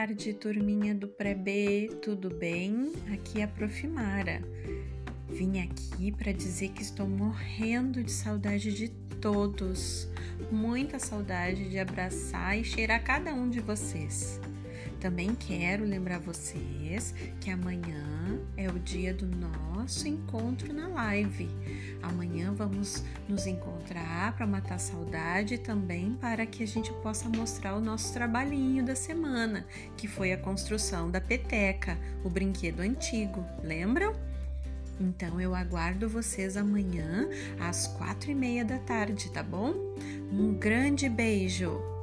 tarde, turminha do Pré-B, tudo bem? Aqui é a Prof. Mara. Vim aqui para dizer que estou morrendo de saudade de todos, muita saudade de abraçar e cheirar cada um de vocês. Também quero lembrar vocês que amanhã é o dia do nosso encontro na live. Amanhã vamos nos encontrar para matar a saudade e também para que a gente possa mostrar o nosso trabalhinho da semana, que foi a construção da peteca, o brinquedo antigo, lembram? Então eu aguardo vocês amanhã às 4:30 da tarde, tá bom? Um grande beijo!